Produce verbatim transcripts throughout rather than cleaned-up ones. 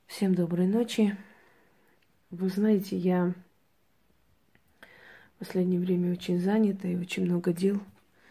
Всем доброй ночи. Вы знаете, я в последнее время очень занята и очень много дел.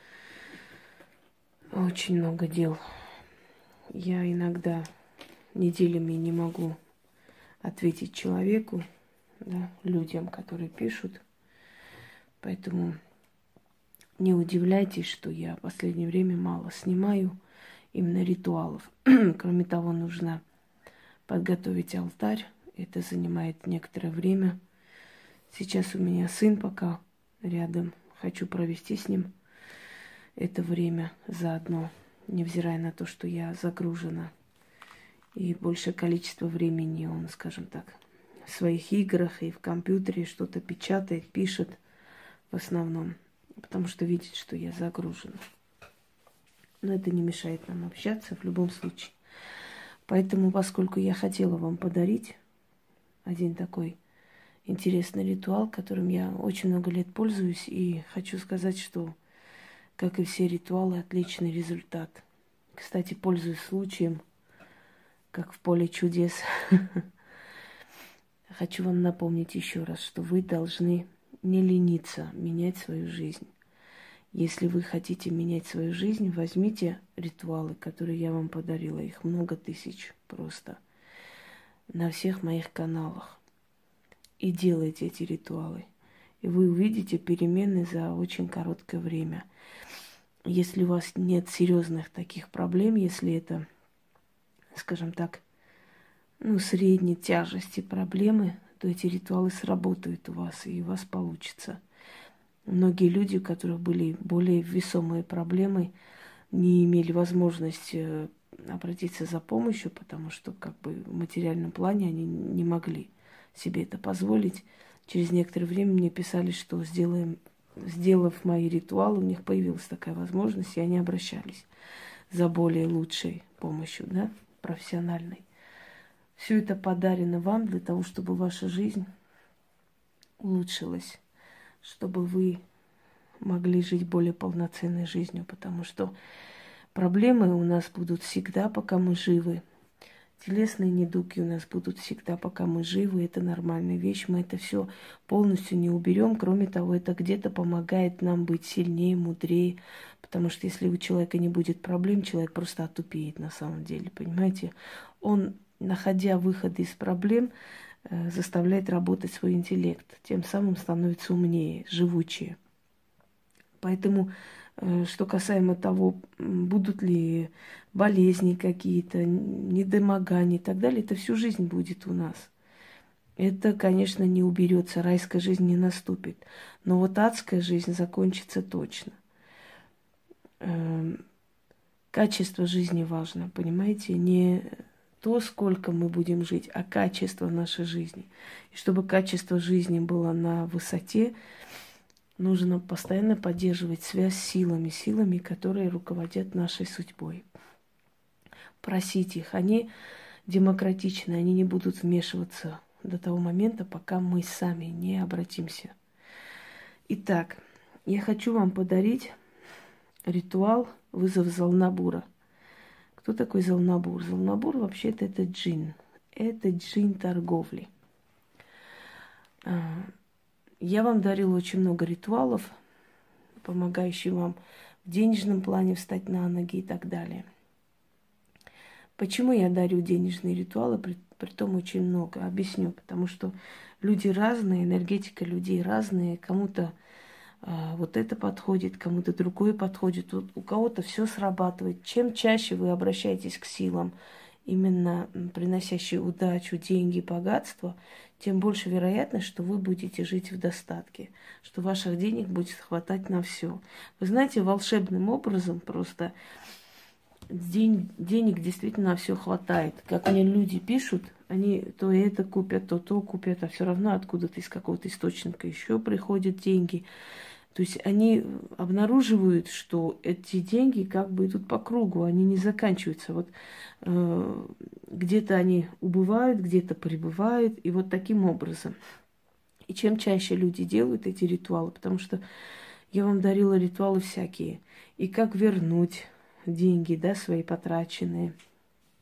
Очень много дел. Я иногда неделями не могу ответить человеку, да, людям, которые пишут. Поэтому не удивляйтесь, что я в последнее время мало снимаю именно ритуалов. Кроме того, нужно подготовить алтарь. Это занимает некоторое время. Сейчас у меня сын пока рядом. Хочу провести с ним это время заодно, невзирая на то, что я загружена. И большее количество времени он, скажем так, в своих играх и в компьютере что-то печатает, пишет в основном, потому что видит, что я загружена. Но это не мешает нам общаться в любом случае. Поэтому, поскольку я хотела вам подарить один такой интересный ритуал, которым я очень много лет пользуюсь, и хочу сказать, что, как и все ритуалы, отличный результат. Кстати, пользуясь случаем, как в поле чудес, хочу вам напомнить еще раз, что вы должны не лениться менять свою жизнь. Если вы хотите менять свою жизнь, возьмите ритуалы, которые я вам подарила. Их много тысяч просто на всех моих каналах. И делайте эти ритуалы. И вы увидите перемены за очень короткое время. Если у вас нет серьезных таких проблем, если это, скажем так, ну, средней тяжести проблемы, то эти ритуалы сработают у вас, и у вас получится. Многие люди, у которых были более весомые проблемы, не имели возможности обратиться за помощью, потому что как бы в материальном плане они не могли себе это позволить. Через некоторое время мне писали, что сделаем, сделав мои ритуалы, у них появилась такая возможность, и они обращались за более лучшей помощью, да, профессиональной. Все это подарено вам для того, чтобы ваша жизнь улучшилась, чтобы вы могли жить более полноценной жизнью, потому что проблемы у нас будут всегда, пока мы живы. Телесные недуги у нас будут всегда, пока мы живы. Это нормальная вещь. Мы это все полностью не уберем. Кроме того, это где-то помогает нам быть сильнее, мудрее. Потому что если у человека не будет проблем, человек просто отупеет на самом деле. Понимаете? Он, находя выходы из проблем, заставляет работать свой интеллект. Тем самым становится умнее, живучее. Поэтому, что касаемо того, будут ли болезни какие-то, недомогания и так далее, это всю жизнь будет у нас. Это, конечно, не уберется, райская жизнь не наступит. Но вот адская жизнь закончится точно. Качество жизни важно, понимаете? Не то, сколько мы будем жить, а качество нашей жизни. И чтобы качество жизни было на высоте, нужно постоянно поддерживать связь с силами, силами, которые руководят нашей судьбой. Просить их. Они демократичны, они не будут вмешиваться до того момента, пока мы сами не обратимся. Итак, я хочу вам подарить ритуал вызов Залнабура. Кто такой Залнабур? Залнабур вообще-то это джин. Это джин торговли. Я вам дарила очень много ритуалов, помогающих вам в денежном плане встать на ноги и так далее. Почему я дарю денежные ритуалы, при, при том очень много? Объясню. Потому что люди разные, энергетика людей разная. Кому-то а, вот это подходит, кому-то другое подходит. Вот у кого-то все срабатывает. Чем чаще вы обращаетесь к силам, именно приносящие удачу, деньги, богатство, тем больше вероятность, что вы будете жить в достатке, что ваших денег будет хватать на все. Вы знаете, волшебным образом просто день, денег действительно на все хватает. Как мне люди пишут, они то это купят, то то купят, а все равно откуда-то из какого-то источника еще приходят деньги. То есть они обнаруживают, что эти деньги как бы идут по кругу, они не заканчиваются. Вот э, где-то они убывают, где-то прибывают, и вот таким образом. И чем чаще люди делают эти ритуалы, потому что я вам дарила ритуалы всякие. И как вернуть деньги, да, свои потраченные,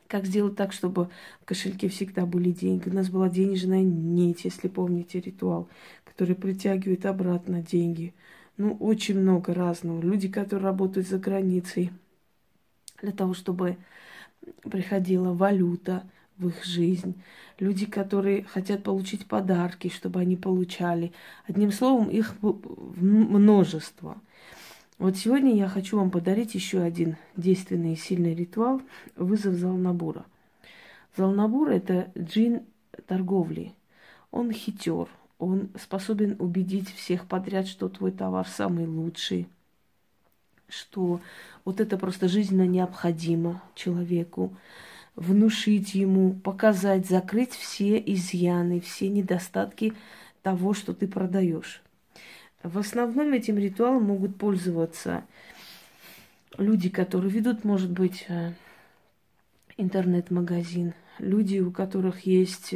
Как сделать так, чтобы в кошельке всегда были деньги? У нас была денежная нить, если помните ритуал, который притягивает обратно деньги. Ну, очень много разного. Люди, которые работают за границей, для того, чтобы приходила валюта в их жизнь. Люди, которые хотят получить подарки, чтобы они получали. Одним словом, их множество. Вот сегодня я хочу вам подарить еще один действенный и сильный ритуал – вызов Залнабура. Залнабур – это джин торговли. Он хитер, он способен убедить всех подряд, что твой товар самый лучший, что вот это просто жизненно необходимо человеку, внушить ему, показать, закрыть все изъяны, все недостатки того, что ты продаешь. В основном этим ритуалом могут пользоваться люди, которые ведут, может быть, интернет-магазин, люди, у которых есть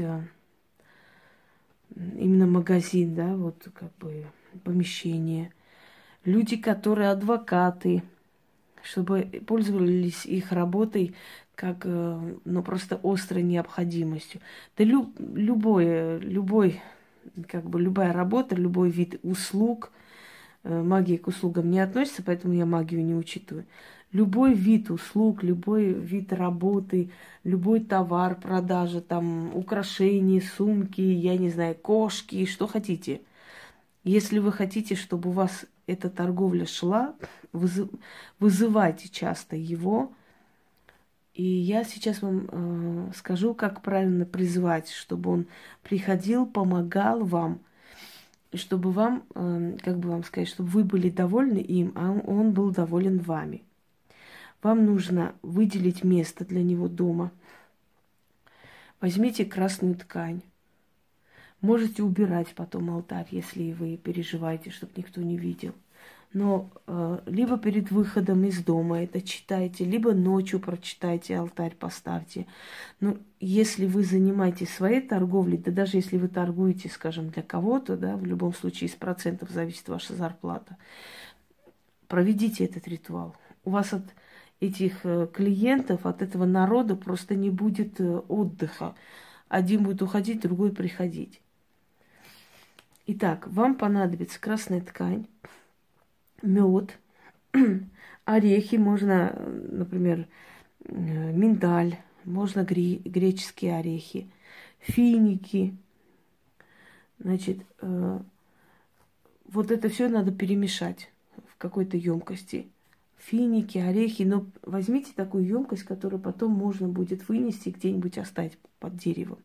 именно магазин, да, вот как бы помещение, люди, которые адвокаты, чтобы пользовались их работой как, ну, просто острой необходимостью. Да люб, любое, любой как бы любая работа, любой вид услуг, магия к услугам не относится, поэтому я магию не учитываю. Любой вид услуг, любой вид работы, любой товар, продажа, там, украшения, сумки, я не знаю, кошки, что хотите. Если вы хотите, чтобы у вас эта торговля шла, вызыв, вызывайте часто его. И я сейчас вам э, скажу, как правильно призвать, чтобы он приходил, помогал вам, чтобы вам, э, как бы вам сказать, чтобы вы были довольны им, а он был доволен вами. Вам нужно выделить место для него дома. Возьмите красную ткань. Можете убирать потом алтарь, если вы переживаете, чтобы никто не видел. Но э, либо перед выходом из дома это читайте, либо ночью прочитайте, алтарь поставьте. Но если вы занимаетесь своей торговлей, да даже если вы торгуете, скажем, для кого-то, да, в любом случае из процентов зависит ваша зарплата, проведите этот ритуал. У вас от этих э, клиентов, от этого народа просто не будет э, отдыха. Один будет уходить, другой приходить. Итак, вам понадобится красная ткань, мед, орехи, можно, например, миндаль, можно гре- греческие орехи, финики. Значит, э, вот это все надо перемешать в какой-то емкости. Финики, орехи, но возьмите такую емкость, которую потом можно будет вынести где-нибудь оставить под деревом.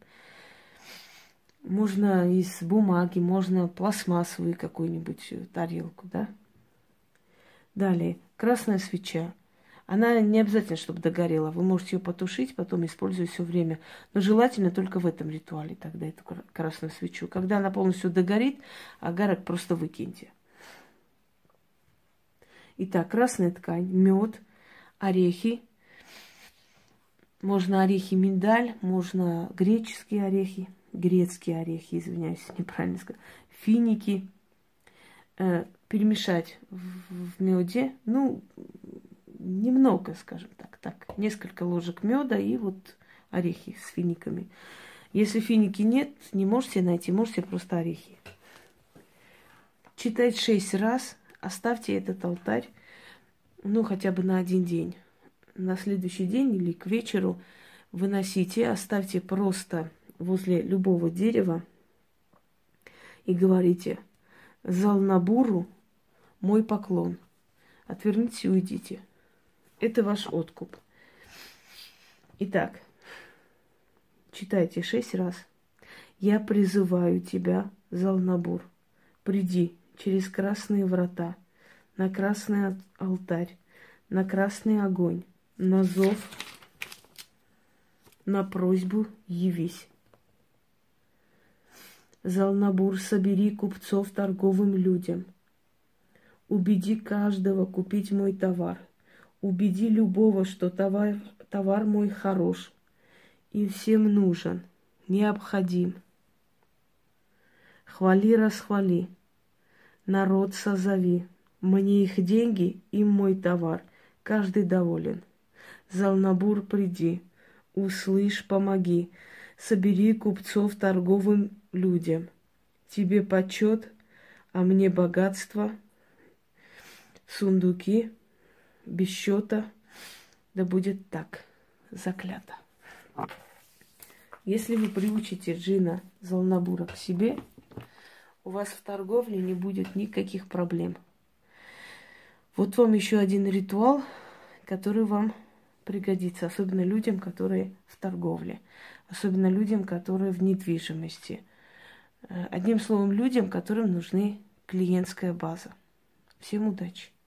Можно из бумаги, можно пластмассовую какую-нибудь тарелку, да. Далее, красная свеча. Она не обязательно, чтобы догорела. Вы можете ее потушить, потом использовать все время. Но желательно только в этом ритуале тогда эту красную свечу. Когда она полностью догорит, агарок просто выкиньте. Итак, красная ткань, мед, орехи. Можно орехи миндаль, можно греческие орехи. Грецкие орехи, извиняюсь, неправильно сказала. Финики. Э, перемешать в, в меде, ну, немного, скажем так, так, несколько ложек меда и вот орехи с финиками. Если финики нет, не можете найти, можете просто орехи. Читать шесть раз, оставьте этот алтарь, ну, хотя бы на один день. На следующий день или к вечеру выносите, оставьте просто возле любого дерева и говорите: Залнабуру мой поклон. Отвернитесь и уйдите. Это ваш откуп. Итак, читайте шесть раз. Я призываю тебя, Залнабур, приди через красные врата, на красный алтарь, на красный огонь, на зов, на просьбу явись. Залнабур, собери купцов торговым людям. Убеди каждого купить мой товар. Убеди любого, что товар, товар мой хорош и всем нужен, необходим. Хвали, расхвали, народ созови. Мне их деньги, им мой товар. Каждый доволен. Залнабур, приди. услышь, помоги. Собери купцов торговым людям. Тебе почет, а мне богатство, сундуки, без счета. Да будет так, заклято. Если вы приучите джина Залнабура к себе, у вас в торговле не будет никаких проблем. Вот вам еще один ритуал, который вам пригодится, особенно людям, которые в торговле, особенно людям, которые в недвижимости. Одним словом, людям, которым нужны клиентская база. Всем удачи!